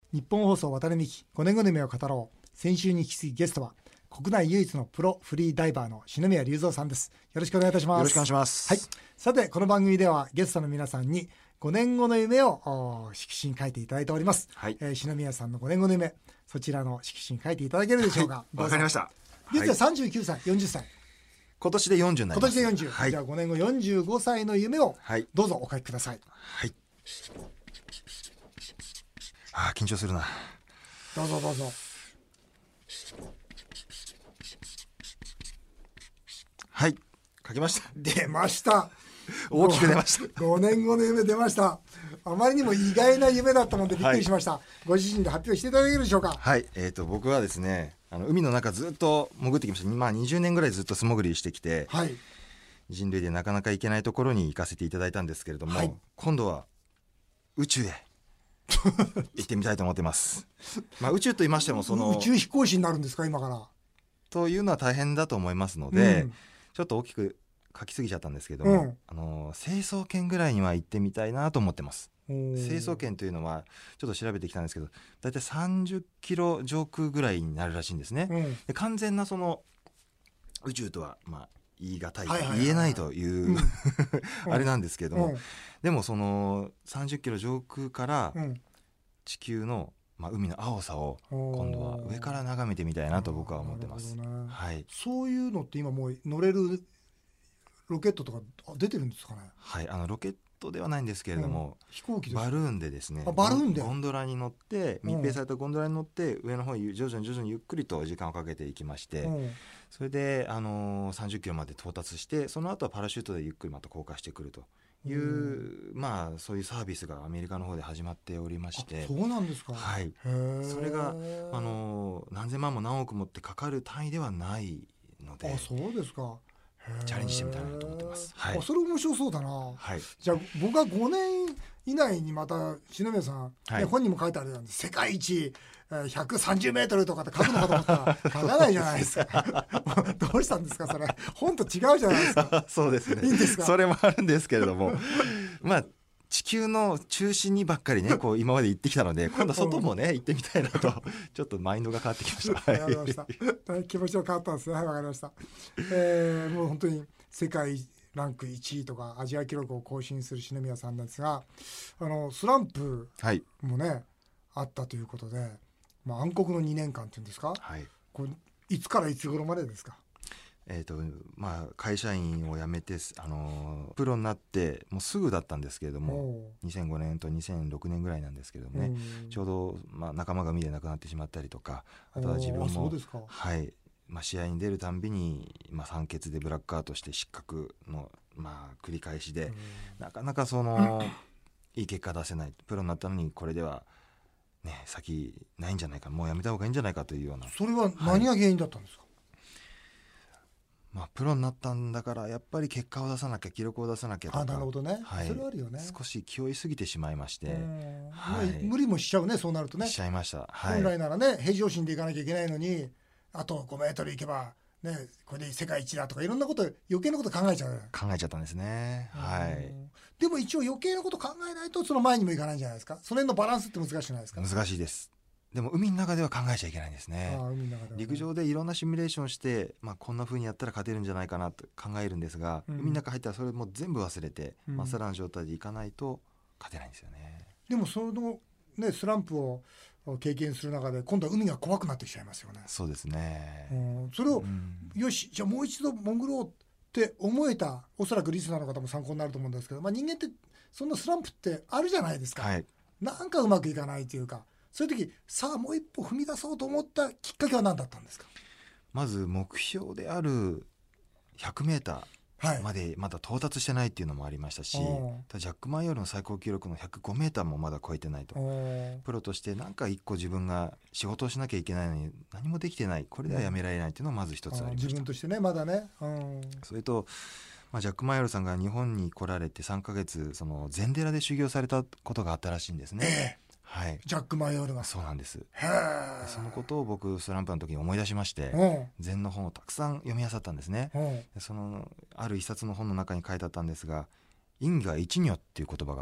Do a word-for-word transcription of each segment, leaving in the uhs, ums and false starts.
日本放送渡辺美希ごねんごの夢を語ろう。先週に引き続きゲストは国内唯一のプロフリーダイバーの篠宮隆三さんです。よろしくお願いいたします。 よろしくお願いします。 はい、さてこの番組ではゲストの皆さんにごねんごの夢を色紙に書いていただいております、 はい。 えー、篠宮さんのごねんごの夢、そちらの色紙に書いていただけるでしょうか。 わ、はい、かりました。 現在さんじゅうきゅうさい、よんじゅっさい、 今年でよんじゅうになります。 今年でよんじゅう、はい、じゃあごねんごよんじゅうごさいの夢をどうぞお書きください。 はい。あー、緊張するな。 どうぞどうぞ。 はい、書きました。 出ました。 大きく出ました。 ごねんごの夢出ました。あまりにも意外な夢だったのでびっくりしました、はい、ご自身で発表していただけるでしょうか。 はい、えーと、僕はですね、あの海の中ずっと潜ってきました。まあ、にじゅうねんぐらいずっと素潜りしてきて、はい、人類でなかなか行けないところに行かせていただいたんですけれども、はい、今度は宇宙へ行ってみたいと思ってます。まあ、宇宙と言いましてもその宇宙飛行士になるんですか、今から。 というのは大変だと思いますので、うん、ちょっと大きく書きすぎちゃったんですけども、うん、あの成層圏ぐらいには行ってみたいなと思ってます。成層圏というのはちょっと調べてきたんですけど、だいたいさんじゅっキロ上空ぐらいになるらしいんですね、うん、で完全なその宇宙とはまあ言い難い、はいはいはいはい、言えないという、うん、あれなんですけども、うん、でもそのさんじゅっキロ上空から地球の、まあ、海の青さを今度は上から眺めてみたいなと僕は思ってます、ね、はい、 そういうのって今もう乗れるロケットとか出てるんですかね。 はい、あのロケットではないんですけれども、 うん、飛行機ですバルーンでですね、 あバルーンでゴンドラに乗って密閉されたゴンドラに乗って上の方に徐々に徐々にゆっくりと時間をかけていきまして、うん、それで、あのー、さんじゅっキロまで到達して、その後はパラシュートでゆっくりまた降下してくるという、うん、まあそういうサービスがアメリカの方で始まっておりまして。 そうなんですか。 はい、それが、あのー、何千万も何億もってかかる単位ではないので。 あ、そうですか。 チャレンジしてみたいなと思ってます、はい、 それ面白そうだな、はい、じゃあ僕はごねん以内にまた篠宮さん、はい、本にも書いてあるように世界一ひゃくさんじゅうメートルとかって書くのかと思ったら書かないじゃないですかどうしたんですかそれ。本と違うじゃないですかそうですね、 いいんですか。 それもあるんですけれどもまあ地球の中心にばっかりねこう今まで行ってきたので今度外もね行ってみたいなとちょっとマインドが変わってきました。 わかりました気持ちが変わったんですね。はい、わかりました、えー、もう本当に世界ランクいちいとかアジア記録を更新する篠宮さんなんですが、あのスランプもね、はい、あったということで、まあ、暗黒のにねんかんっていうんですか、はい、これいつからいつ頃までですか。 えーとまあ、会社員を辞めて、あのー、プロになってもうすぐだったんですけれどもにせんごねんとにせんろくねんぐらいなんですけどね、ちょうど、まあ、仲間が海で亡くなってしまったりとか、あとは自分も、はいまあ、試合に出るたんびに、まあ、酸欠でブラックアウトして失格の、まあ、繰り返しでなかなかそのいい結果出せない。プロになったのにこれでは、ね、先ないんじゃないか、もうやめた方がいいんじゃないかというような。 それは何が原因だったんですか。 はい、まあ、プロになったんだからやっぱり結果を出さなきゃ記録を出さなきゃとか。 あ、なるほどね、はい、それはあるよね。 少し気負いすぎてしまいまして、 はい、無理もしちゃうね。そうなるとね。 しちゃいました、はい、 本来ならね平常心でいかなきゃいけないのにあとごメートルいけば、ね、これで世界一だとかいろんなこと余計なこと考えちゃう。 考えちゃったんですね、はい、 でも一応余計なこと考えないとその前にもいかないんじゃないですか。その辺のバランスって難しくないですか。 難しいです。でも海の中では考えちゃいけないんですね。 あ、海の中ではね、 陸上でいろんなシミュレーションして、まあ、こんな風にやったら勝てるんじゃないかなと考えるんですが、うん、海の中入ったらそれも全部忘れて、うん、まっさらな状態でいかないと勝てないんですよね。 でもその、ね、スランプを経験する中で今度は海が怖くなってきちゃいますよね。 そうですね、 うん、それを、うん、よしじゃあもう一度潜ろうって思えた、おそらくリスナーの方も参考になると思うんですけど、まあ、人間ってそんなスランプってあるじゃないですか、はい、なんかうまくいかないというか、そういう時さあもう一歩踏み出そうと思ったきっかけは何だったんですか。 まず目標であるひゃくメーターまでまだ到達してないっていうのもありましたし、はい、ジャック・マイヨールの最高記録のひゃくごメーターもまだ超えてないと。プロとして何か一個自分が仕事をしなきゃいけないのに何もできてない、これではやめられないっていうのがまず一つありました。 自分としてねまだね、うん、 それと、まあ、ジャック・マイヨールさんが日本に来られてさんかげつその禅寺で修行されたことがあったらしいんですね、えーはい、 ジャック・マイヨールが。 そうなんです。そのことを僕スランプの時に思い出しまして、禅の本をたくさん読み漁ったんですね。そのある一冊の本の中に書いてあったんですが、因果一如っていう言葉が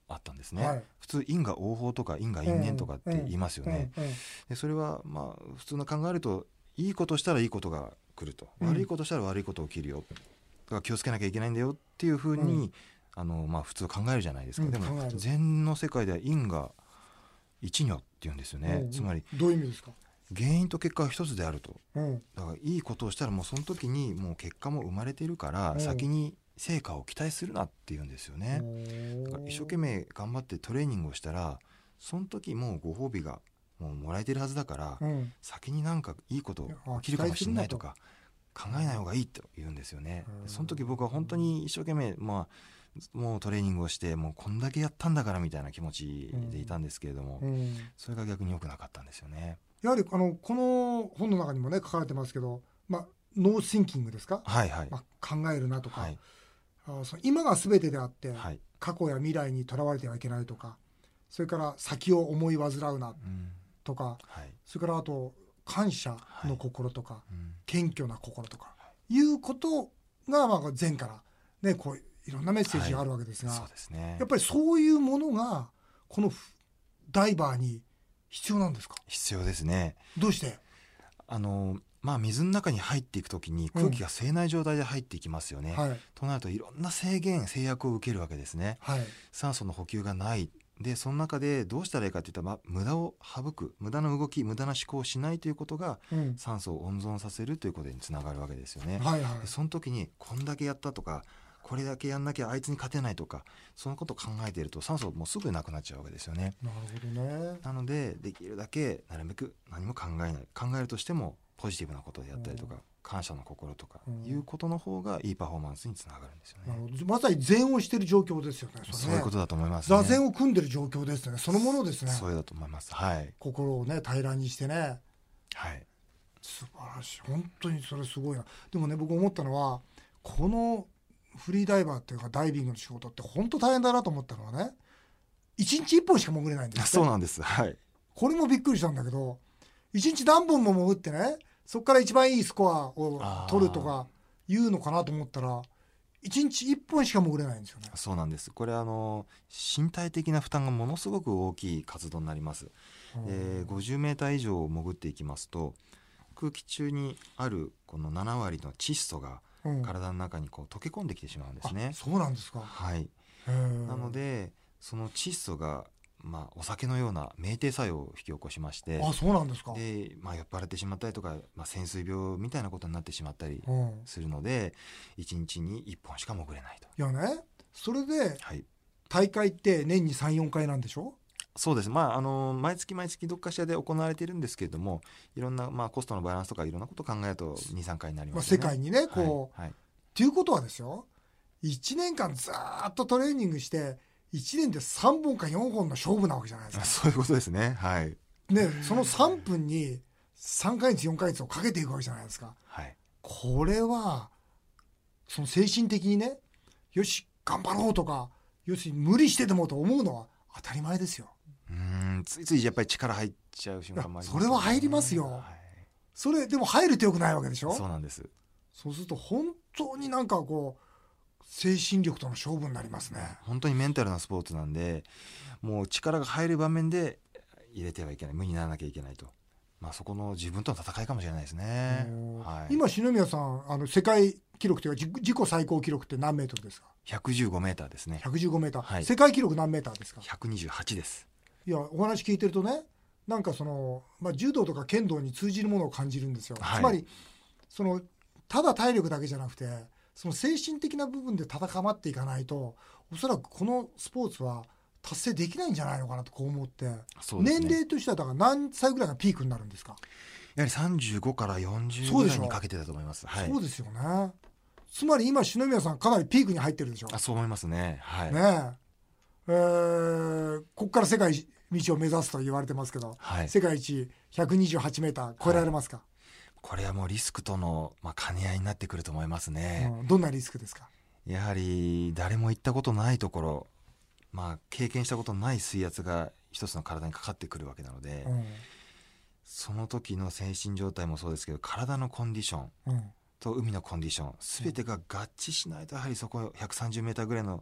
あったんですね、 はい、 普通因果応報とか因果因縁とかって言いますよね、うんうんうん、でそれはまあ普通の考えるといいことしたらいいことが来ると、うん、悪いことしたら悪いこと起きるよ、だから気をつけなきゃいけないんだよっていうふうに、うん、あのまあ、普通考えるじゃないですか、うん、でも禅の世界では因果一如って言うんですよね、うん、つまりどういう意味ですか。 原因と結果は一つであると、 うん、 だからいいことをしたらもうその時にもう結果も生まれているから、うん、先に成果を期待するなっていうんですよね。だから一生懸命頑張ってトレーニングをしたらその時もうご褒美がもうもらえてるはずだから、うん、先になんかいいこと起きるかもしれないとか考えない方がいいと言うんですよね。その時僕は本当に一生懸命、まあ、もうトレーニングをしてもうこんだけやったんだからみたいな気持ちでいたんですけれども、うんうん、それが逆に良くなかったんですよね。 やはりあのこの本の中にもね書かれてますけど、まあ、ノーシンキングですか、 はいはい、 まあ、考えるなとか、はい、あその今が全てであって、はい、過去や未来にとらわれてはいけないとか、それから先を思い煩うなとか、うんはい、それからあと感謝の心とか、はいうん、謙虚な心とか、はい、いうことが、まあ、前から、ね、こういろんなメッセージがあるわけですが、はいそうですね、やっぱりそういうものがこのダイバーに必要なんですか。 必要ですね。 どうして。 あのまあ、水の中に入っていくときに空気が吸えない状態で入っていきますよね、うんはい、となるといろんな制限制約を受けるわけですね、はい、酸素の補給がないで、その中でどうしたらいいかといったら、まあ、無駄を省く、無駄な動き無駄な思考をしないということが、うん、酸素を温存させるということにつながるわけですよね、はいはい、でその時にこんだけやったとかこれだけやんなきゃあいつに勝てないとかそのことを考えていると酸素もうすぐなくなっちゃうわけですよね。 なるほどね。 なのでできるだけなるべく何も考えない、考えるとしてもポジティブなことでやったりとか、うん、感謝の心とかいうことの方がいいパフォーマンスにつながるんですよね。 なるほど、まさに禅をしている状況ですよね。 それね、そういうことだと思いますね。 座禅を組んでる状況ですね。そのものですね。 そうだと思います、はい、 心をね平らにしてね、 はい、 素晴らしい。本当にそれすごいな。でもね僕思ったのはこのフリーダイバーっていうかダイビングの仕事って本当大変だなと思ったのはね、いちにちいっぽんしか潜れないんですって。 そうなんです、はい、 これもびっくりしたんだけど、いちにち何本も潜ってね、そこから一番いいスコアを取るとかいうのかなと思ったらいちにちいっぽんしか潜れないんですよね。 そうなんです。これはあの身体的な負担がものすごく大きい活動になります、えー、ごじゅうメーター以上潜っていきますと空気中にあるこのななわりの窒素が体の中にこう溶け込んできてしまうんですね、 うん、そうなんですか。 はい、なのでその窒素がまあ、お酒のような酩酊作用を引き起こしまして、 あ、そうなんですか。 で、まあ、酔っ払ってしまったりとか、まあ、潜水病みたいなことになってしまったりするので、うん、いちにちにいっぽんしか潜れないと。 いやね、それで、はい、大会って年に さん,よん 回なんでしょ。 そうです、まあ、あの毎月毎月どっかしらで行われているんですけれども、いろんな、まあ、コストのバランスとかいろんなことを考えると に,さん 回になりますね、 まあ、世界にねこう、はいはい、ということはですよ、いちねんかんずっとトレーニングしていちねんでさんぼんかよんほんの勝負なわけじゃないですか。 そういうことですね、はい、 ね、そのさんぷんにさんかげつよんかげつをかけていくわけじゃないですか、 はい、 これはその精神的にね、よし頑張ろうとか、よし無理してでもと思うのは当たり前ですよ。 うーん、ついついやっぱり力入っちゃう瞬間もありますよね。 それは入りますよ、はい、それでも入るとよくないわけでしょ。 そうなんです。 そうすると本当になんかこう精神力との勝負になりますね。 本当にメンタルなスポーツなんで、もう力が入る場面で入れてはいけない、無にならなきゃいけないと、まあ、そこの自分との戦いかもしれないですね、はい、 今篠宮さんあの世界記録というか自己最高記録って何メートルですか。 ひゃくじゅうごメーターですね。 ひゃくじゅうごメーター、 はい、 世界記録何メーターですか。 ひゃくにじゅうはちです。 いやお話聞いてるとね、なんかその、まあ、柔道とか剣道に通じるものを感じるんですよ、はい、つまりそのただ体力だけじゃなくてその精神的な部分で戦っていかないとおそらくこのスポーツは達成できないんじゃないのかなとこう思って、そうですね、年齢としてはだから何歳ぐらいがピークになるんですか。 やはりさんじゅうごからよんじゅうぐらいにかけてだと思います。 そうでしょ、はい、そうですよね。つまり今篠宮さんかなりピークに入ってるでしょ。 あ、そう思いますね、はい、 ねえ、えー、ここから世界一を目指すと言われてますけど、はい、世界一ひゃくにじゅうはちメーター超えられますか。はい、 これはもうリスクとの、まあ、兼ね合いになってくると思いますね、 うん、どんなリスクですか。 やはり誰も行ったことないところ、まあ、経験したことのない水圧が一つの体にかかってくるわけなので、うん、その時の精神状態もそうですけど体のコンディション、うん、と海のコンディション全てが合致しないとやはりそこひゃくさんじゅうメーターぐらいの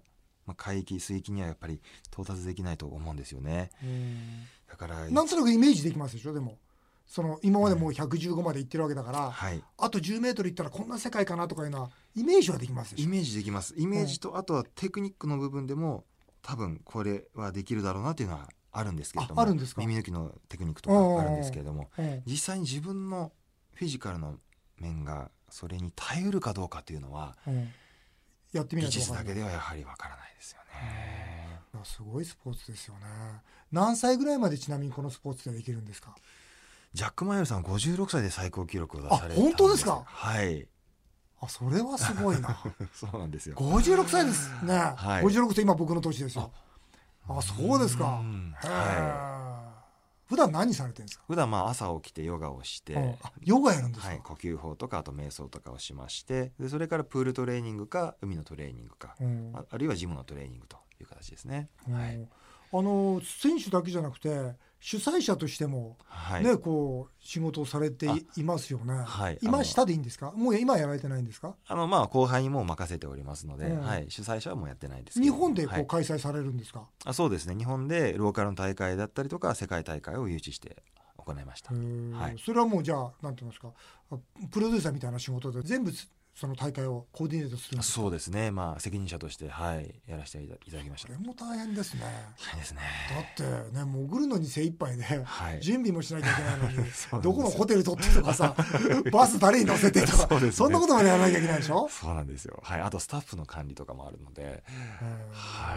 まあ、海域水域にはやっぱり到達できないと思うんですよね。だからなんとなくイメージできますでしょ。でもその今までもうひゃくじゅうごまで行ってるわけだから、うん、はい、あとじゅうメートル行ったらこんな世界かなとかいうのはイメージはできますでしょ。 イメージできます。イメージと、うん、あとはテクニックの部分でも多分これはできるだろうなっていうのはあるんですけれども、 あるんですか。 耳抜きのテクニックとかあるんですけれども、実際に自分のフィジカルの面がそれに耐えうるかどうかというのは、うん、 やってみないと技術だけではやはりわからないですよね。 うん、すごいスポーツですよね。何歳ぐらいまでちなみにこのスポーツでできるんですか。 ジャック・マイルさんはごじゅうろくさいで最高記録を出されたんです。 あ、本当ですか。 はい。 あ、それはすごいな。 そうなんですよ。 ごじゅうろくさいですね。はい、ごじゅうろくって今僕の年ですよ。あ、そうですか。はい。普段何されてるんですか。 普段まあ朝起きてヨガをして、 あ、ヨガやるんですか。 はい、呼吸法とかあと瞑想とかをしまして、でそれからプールトレーニングか海のトレーニングか、うん、あ, あるいはジムのトレーニングという形ですね。はい、 あの選手だけじゃなくて主催者としても、はいね、こう仕事をされて い, いますよね。はい、今下でいいんですか。もう今やられてないんですか。 あの、まあ、後輩にも任せておりますので、うん、はい、主催者はもうやってないですけど。 日本でこう、はい、開催されるんですか。 あ、そうですね。日本でローカルの大会だったりとか世界大会を誘致して行いました。 はい、それはもうじゃあなんて言いますか、プロデューサーみたいな仕事で全部その大会をコーディネートするんですか。 そうですね、まあ、責任者として、はい、やらせていただきました。 これも大変ですね。 大変ですね。 だってね、潜るのに精一杯で、はい、準備もしなきゃいけないのにどこのホテル取ってとかさバス誰に乗せてとか そ,、ね、そんなことまでやらなきゃいけないでしょ。 そうなんですよ、はい、あとスタッフの管理とかもあるので、 はい、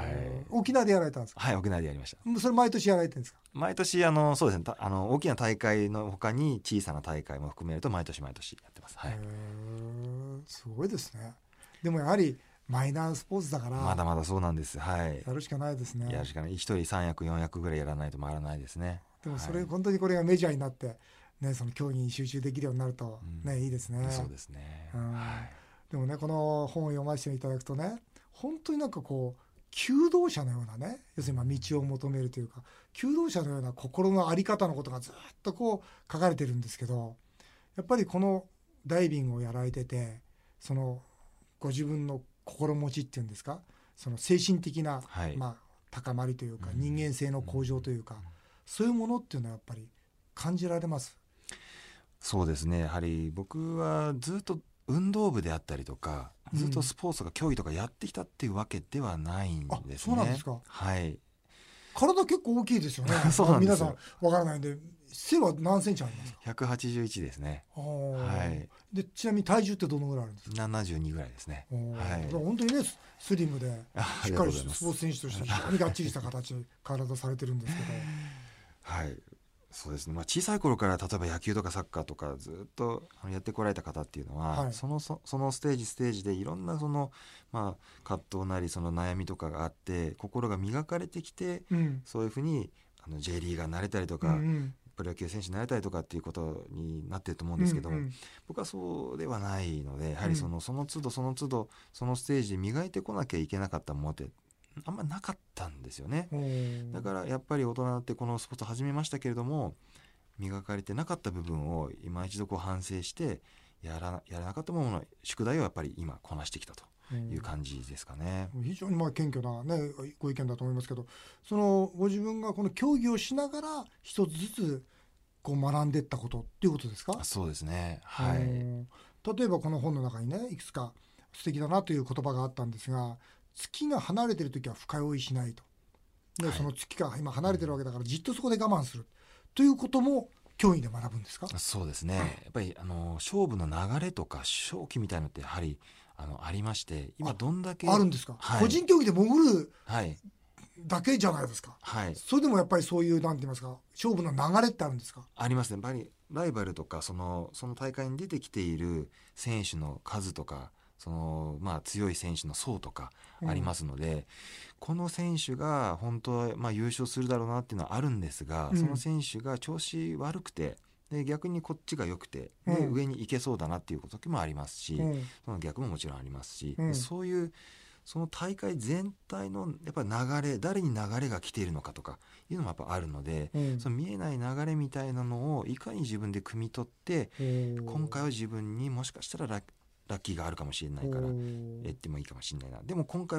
沖縄でやられたんですか。 はい、沖縄でやりました。 それ毎年やられてるんですか。 毎年あのそうですね、あの大きな大会の他に小さな大会も含めると毎年毎年やってます。はい、 すごいですね。でもやはりマイナースポーツだからまだまだそうなんです。はい、 やるしかないですね。 やるしかない。一人さん役よん役ぐらいやらないと回らないですね。 でもそれ、はい、本当にこれがメジャーになってね、その競技に集中できるようになるとね、うん、いいですね。 そうですね、 うん、 はい、 でもね、この本を読ませていただくとね、本当になんかこう求道者のようなね、要するにまあ道を求めるというか求道者のような心の在り方のことがずっとこう書かれてるんですけど、やっぱりこのダイビングをやられてて、そのご自分の心持ちっていうんですか、その精神的な、はい、まあ、高まりというか、うん、人間性の向上というか、うん、そういうものっていうのはやっぱり感じられます。 そうですね、やはり僕はずっと運動部であったりとか、ずっとスポーツとか競技とかやってきたっていうわけではないんですね。あ、 そうなんですか。 はい。 体結構大きいですよね。 そうなんですよ。 皆さんわからないんで、背は何センチありますか。 ひゃくはちじゅういちですね。はい。 でちなみに体重ってどのぐらいあるんですか。 ななじゅうにぐらいですね。はい。 本当にね、スリムでしっかりスポーツ選手として非常にがっちりした形で体されてるんですけど。 はい。そうですね、まあ、小さい頃から例えば野球とかサッカーとかずっとやってこられた方っていうのは、はい、そのそのステージステージでいろんなその、まあ、葛藤なりその悩みとかがあって心が磨かれてきて、うん、そういうふうにあの J リーガーになれたりとか、うんうん、プロ野球選手になれたりとかっていうことになってると思うんですけども、うんうん、僕はそうではないので、やはりその、その都度その都度そのステージで磨いてこなきゃいけなかったものってあんまなかったんですよね。だからやっぱり大人になってこのスポーツを始めましたけれども、磨かれてなかった部分を今一度こう反省してやら、やらなかったものの宿題をやっぱり今こなしてきたという感じですかね。 非常にまあ謙虚な、ね、ご意見だと思いますけど、そのご自分がこの競技をしながら一つずつこう学んでいったことっていうことですか。 そうですね、はい、 例えばこの本の中にね、いくつか素敵だなという言葉があったんですが、月が離れているときは深追いしないと。で、はい、その月が今離れてるわけだからじっとそこで我慢するということも競技で学ぶんですか。 そうですね、やっぱりあの勝負の流れとか勝機みたいなのってやはり あのありまして、今どんだけあ, あるんですか、はい、個人競技で潜るだけじゃないですか、はい、それでもやっぱりそういうなんて言いますか、勝負の流れってあるんですか。 ありますね。やっぱりライバルとかその、その大会に出てきている選手の数とかその、まあ、強い選手の層とかありますので、うん、この選手が本当は、まあ、優勝するだろうなっていうのはあるんですが、うん、その選手が調子悪くてで逆にこっちが良くてで、うん、上に行けそうだなっていう時もありますし、うん、その逆ももちろんありますし、うん、そういうその大会全体のやっぱり流れ、誰に流れが来ているのかとかいうのもやっぱあるので、うん、その見えない流れみたいなのをいかに自分で汲み取って今回は自分にもしかしたらラッラッキーがあるかもしれないからやってもいいかもしれないな、でも今回は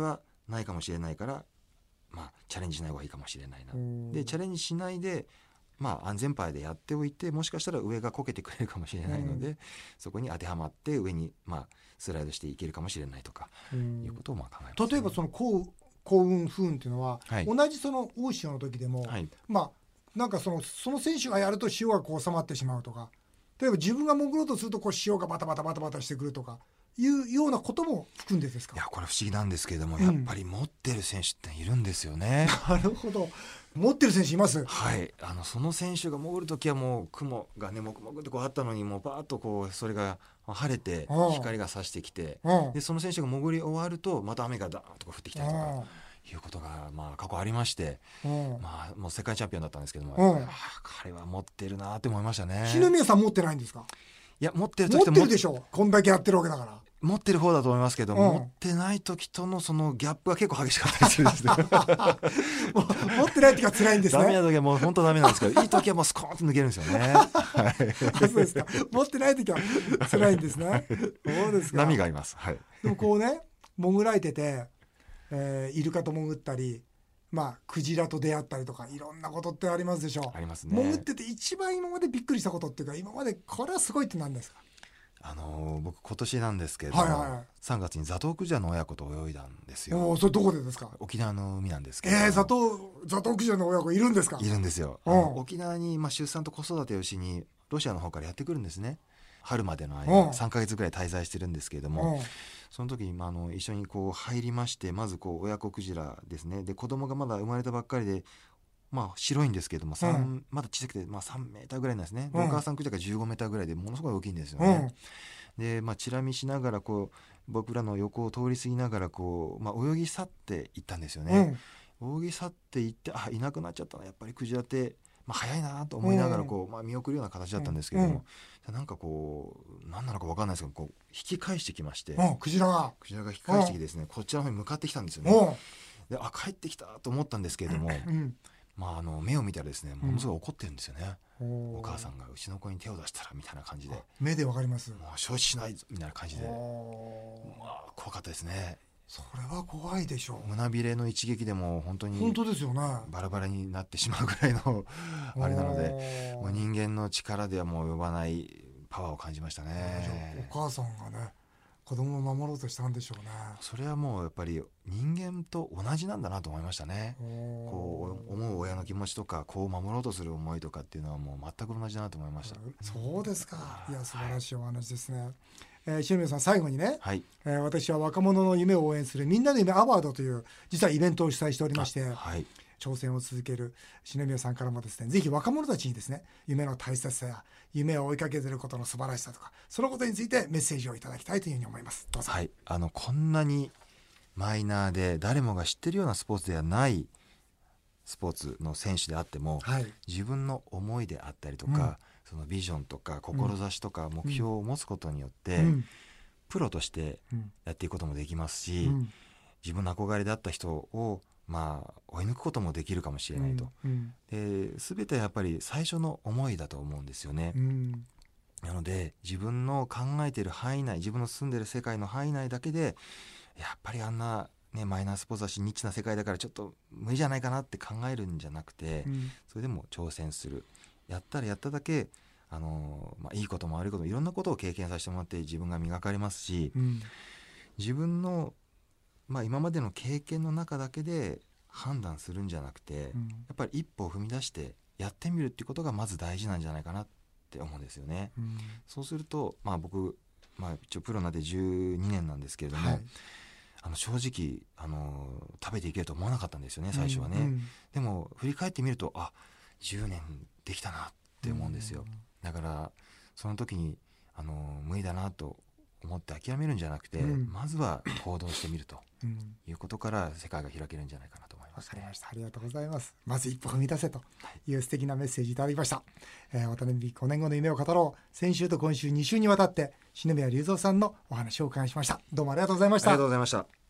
ないかもしれないから、まあ、チャレンジしない方がいいかもしれないな。でチャレンジしないで、まあ、安全パイでやっておいて、もしかしたら上がこけてくれるかもしれないので、そこに当てはまって上に、まあ、スライドしていけるかもしれないとかいうことをまあ考えます、ね、 例えばその幸幸運不運っていうのは、はい、同じその大潮の時でも、はい、まあなんかそのその選手がやると潮がこう収まってしまうとか、例えば自分が潜ろうとするとこう潮がバタバタバタバタしてくるとかいうようなことも含んでですか。 いやこれ不思議なんですけれども、うん、やっぱり持ってる選手っているんですよね。 なるほど、持ってる選手います。 はい、あのその選手が潜るときはもう雲がねもくもくってこうあったのに、もうバーッとこうそれが晴れて光が差してきて、でその選手が潜り終わるとまた雨がダーッと降ってきたりとかいうことがまあ過去ありまして、まあもう世界チャンピオンだったんですけども、あ彼は持ってるなって思いましたね。 篠宮さん持ってないんですか。 いや持ってる時と持ってるでしょ、こんだけやってるわけだから。 持ってる方だと思いますけど、うん、持ってない時とのそのギャップが結構激しかったりするんですね持ってない時は辛いんですね。 ダメな時はもう本当ダメなんですけど、いい時はもうスコーンと抜けるんですよね、はい、 そうですか。持ってない時は辛いんですねそうですか。 波があります、はい、 でもこうね潜られてて、えー、イルカと潜ったり、まあ、クジラと出会ったりとかいろんなことってありますでしょう。 ありますね。 潜ってて一番今までびっくりしたことっていうか、今までこれはすごいって何ですか。 あのー、僕今年なんですけど、 はいはいはい、 さんがつにザトウクジラの親子と泳いだんですよ。 おそれどこでですか。 沖縄の海なんですけど、 えー、ザトウザトウクジラの親子いるんですか。 いるんですよ。あの沖縄に、まあ、出産と子育てをしにロシアの方からやってくるんですね。春までの間さんかげつぐらい滞在してるんですけれども、その時に、まあ、あの一緒にこう入りまして、まずこう親子クジラですね。で子供がまだ生まれたばっかりで、まあ、白いんですけれども、うん、まだ小さくて、まあ、さんメーターぐらいなんですね。うん、お母さんクジラがじゅうごメーターぐらいでものすごい大きいんですよね。うん、で、まあ、チラ見しながらこう僕らの横を通り過ぎながらこう、まあ、泳ぎ去っていったんですよね。うん、泳ぎ去っていって、あいなくなっちゃったな、やっぱりクジラって、まあ、早いなと思いながらこう、まあ、見送るような形だったんですけども、うん、なんかこう何なのか分かんないですけど、こう引き返してきまして、 うん、クジラがクジラが引き返してきてですね、こちらの方に向かってきたんですよね。で、あ帰ってきたと思ったんですけれども、うんまあ、あの目を見たらですね、ものすごい怒ってるんですよね。うん、お母さんがうちの子に手を出したらみたいな感じで、 目でわかります。 もう承知しないみたいな感じで、まあ、怖かったですね。 それは怖いでしょう。 胸びれの一撃でも本当に本当ですよね、 バラバラになってしまうぐらいのあれなので、もう人間の力ではもう及ばないパワーを感じましたね。 お母さんがね子供を守ろうとしたんでしょうね。 それはもうやっぱり人間と同じなんだなと思いましたね。こう思う親の気持ちとか、こう守ろうとする思いとかっていうのはもう全く同じだなと思いました。 そうですか。いや素晴らしいお話ですね。はい、えー、篠宮さん最後にね、はいえー、私は若者の夢を応援するみんなの夢アワードという実はイベントを主催しておりまして、はい挑戦を続ける篠宮さんからもですね、ぜひ若者たちにですね、夢の大切さや夢を追いかけていることの素晴らしさとか、そのことについてメッセージをいただきたいというふうに思います。どうぞ。 はい、あのこんなにマイナーで誰もが知ってるようなスポーツではないスポーツの選手であっても、はい、自分の思いであったりとか、うん、そのビジョンとか志とか目標を持つことによって、うん、プロとしてやっていくこともできますし、うん、自分の憧れであった人をまあ、追い抜くこともできるかもしれないと、うんうん、で全てやっぱり最初の思いだと思うんですよね、うん、なので自分の考えている範囲内、自分の住んでいる世界の範囲内だけでやっぱりあんな、ね、マイナースポーツだしニッチな世界だからちょっと無理じゃないかなって考えるんじゃなくて、うん、それでも挑戦する、やったらやっただけあの、まあ、いいことも悪いこともいろんなことを経験させてもらって自分が磨かれますし、うん、自分のまあ、今までの経験の中だけで判断するんじゃなくて、うん、やっぱり一歩を踏み出してやってみるっていうことがまず大事なんじゃないかなって思うんですよね、うん、そうすると、まあ、僕、まあ、一応プロになってじゅうにねんなんですけれども、はい、あの正直あの食べていけると思わなかったんですよね最初はね、うんうん、でも振り返ってみるとあじゅうねんできたなって思うんですよ、うん、だからその時にあの無理だなと思って諦めるんじゃなくて、うん、まずは行動してみるということから世界が開けるんじゃないかなと思います、ね。 わかりました。ありがとうございます。まず一歩踏み出せという素敵なメッセージいただきました、えー、渡辺美ごねんごの夢を語ろう、先週と今週に週にわたって篠宮隆三さんのお話をお伺いしました。どうもありがとうございました。 ありがとうございました。